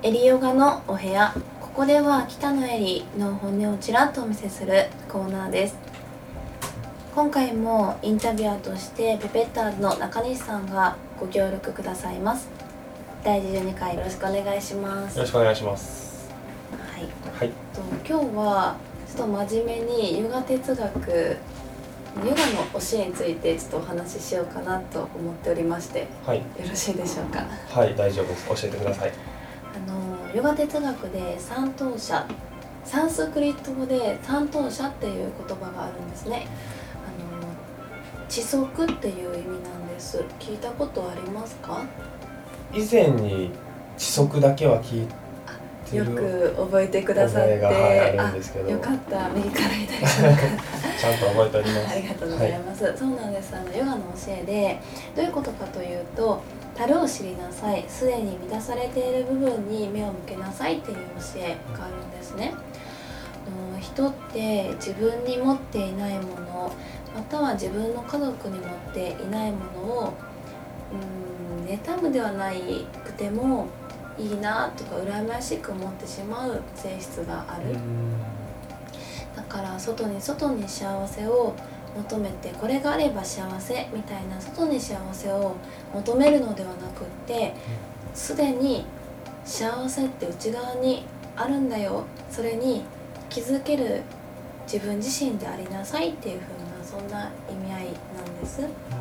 エリヨガのお部屋。ここでは北野エリの本音をちらっとお見せするコーナーです。今回もインタビュアーとしてペペッターズの中西さんがご協力くださいます。第12回よろしくお願いします。 よろしくお願いします。 はい、 はい、 今日はちょっと真面目にヨガ哲学、ヨガの教えについてちょっとお話ししようかなと思っておりまして、 はい、 よろしいでしょうか。 はい、大丈夫です。教えてください。 ヨガ哲学で三等者、サンスクリット語で三等者っていう言葉があるんですね。知足っていう意味なんです。聞いたことありますか？ 以前に知足だけは聞いてるよく覚えてくださって、 覚えが、あるんですけど、 よかった、右から左からちゃんと覚えております。 ありがとうございます、そうなんです。ヨガの教えでどういうことかというと、樽を知りなさい、すでに満たされている部分に目を向けなさいっていう教えがあるんですね。人って自分に持っていないもの、または自分の家族に持っていないものを妬むではなくてもいいなとか羨ましく思ってしまう性質がある。だから外に幸せを求めて、これがあれば幸せみたいな外に幸せを求めるのではなくって、すでに幸せって内側にあるんだよ、それに気づける自分自身でありなさいっていう風な、そんな意味合いなんです。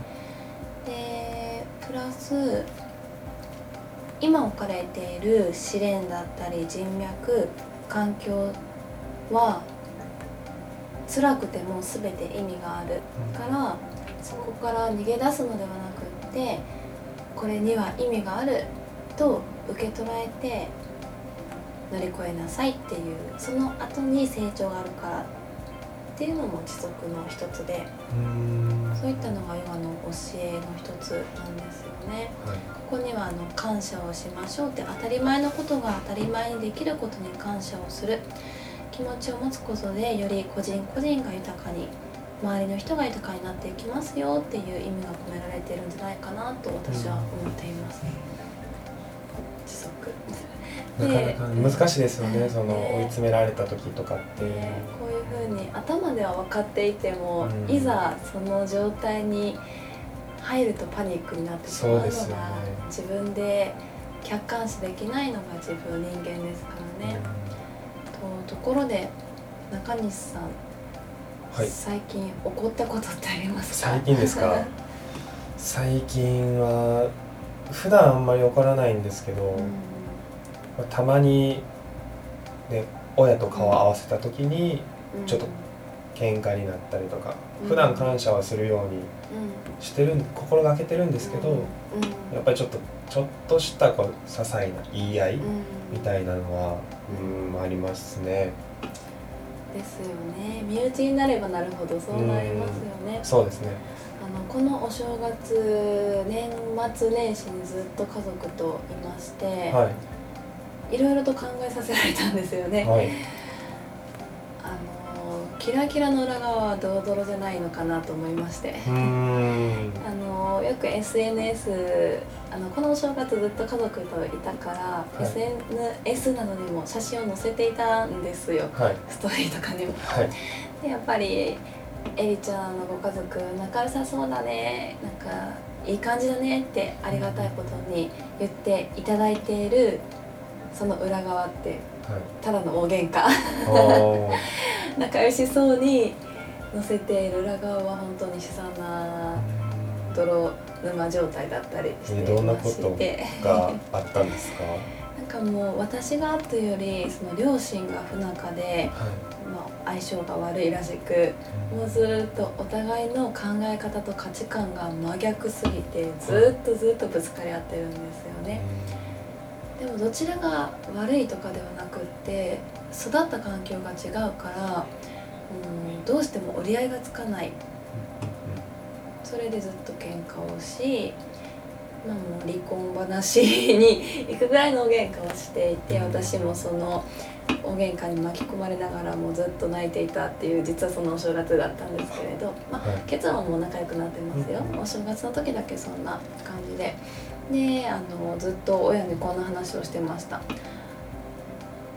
でプラス今置かれている試練だったり人脈、環境は辛くても全て意味があるから、そこから逃げ出すのではなくって、これには意味があると受け捉えて乗り越えなさいっていう、その後に成長があるからっていうのも知足の一つで、そういったのがヨガの教えの一つなんですよね。はい、ここには感謝をしましょうって、当たり前のことが当たり前にできることに感謝をする気持ちを持つことで、より個人個人が豊かに、周りの人が豊かになっていきますよっていう意味が込められているんじゃないかなと私は思っています。知足なかなか難しいですよね、その追い詰められた時とかって、 こういう風に頭では分かっていても、いざその状態に入るとパニックになってしまうのが、自分で客観視できないのが自分人間ですからね。ところで中西さん、はい、最近起こったことってありますか？ 最近ですか？最近は普段あんまり起こらないんですけど、たまに、ね、親と顔を合わせた時にちょっと喧嘩になったりとか、普段感謝はするようにしてる、心がけてるんですけど、やっぱりちょっとした些細な言い合いみたいなのはありますね。 ですよね。身内になればなるほどそうなりますよね。 そうですね。 このお正月、年末年始にずっと家族といまして、はい、いろいろと考えさせられたんですよね。はい、キラキラの裏側はドロドロじゃないのかなと思いまして、よく SNS、このお正月ずっと家族といたから、はい、SNS などにも写真を載せていたんですよ、はい、ストーリーとかにも、はい、でやっぱりエリちゃんのご家族仲良さそうだね、なんかいい感じだねってありがたいことに言っていただいている、その裏側って、はい、ただの大喧嘩仲良しそうに載せている裏側は本当に悲惨な泥沼状態だったりしていまして、どんなことがあったんですか？ なんかもう私がというより、その両親が不仲で、はい、相性が悪いらしく、もうずっとお互いの考え方と価値観が真逆すぎて、ずっとぶつかり合ってるんですよね。でもどちらが悪いとかではなくって、育った環境が違うから、どうしても折り合いがつかない。それでずっと喧嘩をし、もう離婚話に行くぐらいのお喧嘩をしていて、私もそのお喧嘩に巻き込まれながらもずっと泣いていたっていう、実はそのお正月だったんですけれど、結論も仲良くなってますよ。お正月の時だけそんな感じで、ずっと親にこんな話をしてました。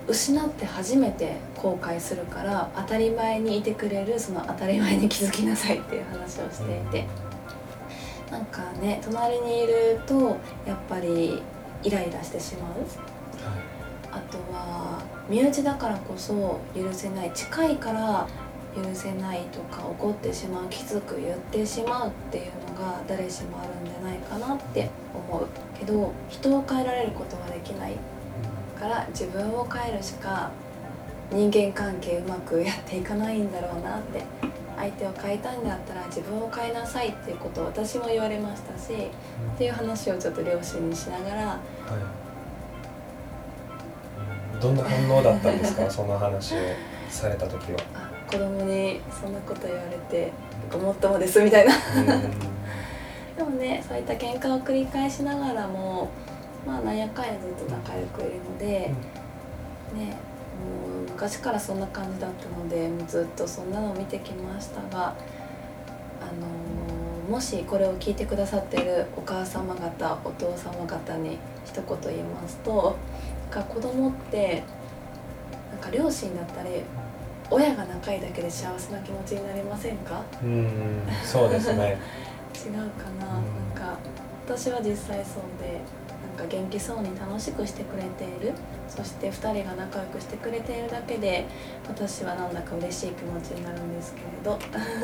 失って初めて後悔するから、当たり前にいてくれるその当たり前に気づきなさいっていう話をしていて、なんかね、隣にいるとやっぱりイライラしてしまう。あとは身内だからこそ許せない、近いから許せないとか、怒ってしまう、きつく言ってしまうっていうのが誰しもあるんじゃないかなって思うけど、人を変えられることはできないから自分を変えるしか人間関係うまくやっていかないんだろうなって。相手を変えたいんだったら自分を変えなさいっていうことを私も言われましたし、っていう話をちょっと両親にしながら、はい、 どんな反応だったんですかその話をされた時は。 子供にそんなこと言われてごもっともですみたいなでもね、そういった喧嘩を繰り返しながらも、まあなんやかんやずっと仲良くいるので、ね、もう昔からそんな感じだったので、もうずっとそんなのを見てきましたが、もしこれを聞いてくださっているお母様方、お父様方に一言言いますと、子供ってなんか両親だったり親が仲いいだけで幸せな気持ちになりませんか？ そうですね違うかな、なんか私は実際そうで、なんか元気そうに楽しくしてくれている、そして2人が仲良くしてくれているだけで私はなんだか嬉しい気持ちになるんですけれど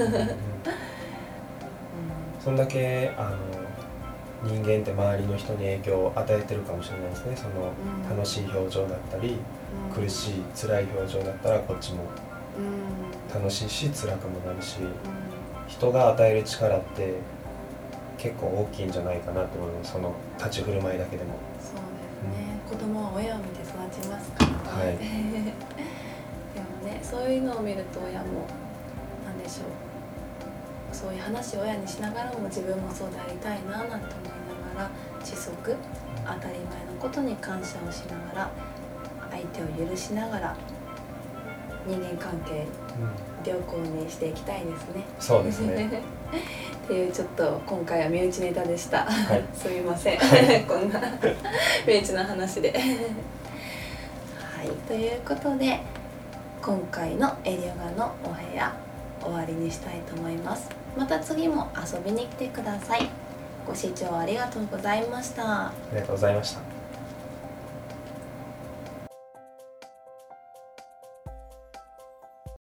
そんだけ人間って周りの人に影響を与えてるかもしれないですね。その楽しい表情だったり、苦しい辛い表情だったらこっちも楽しいし辛くもなるし、人が与える力って結構大きいんじゃないかなと思います。その立ち振る舞いだけでも。 そうですね、子供は親を見て育ちますからね、はい、でもね、そういうのを見ると親もなんでしょう、そういう話を親にしながらも自分もそうでありたいななんて思いながら、窒息、当たり前のことに感謝をしながら、相手を許しながら人間関係良好にしていきたいですね。 そうですねっていう、ちょっと今回は身内ネタでした、はい、すみません、 はい、 こんな身内の話ではい、ということで今回のエリオガのお部屋終わりにしたいと思います。また次も遊びに来てください。ご視聴ありがとうございました。 ありがとうございました。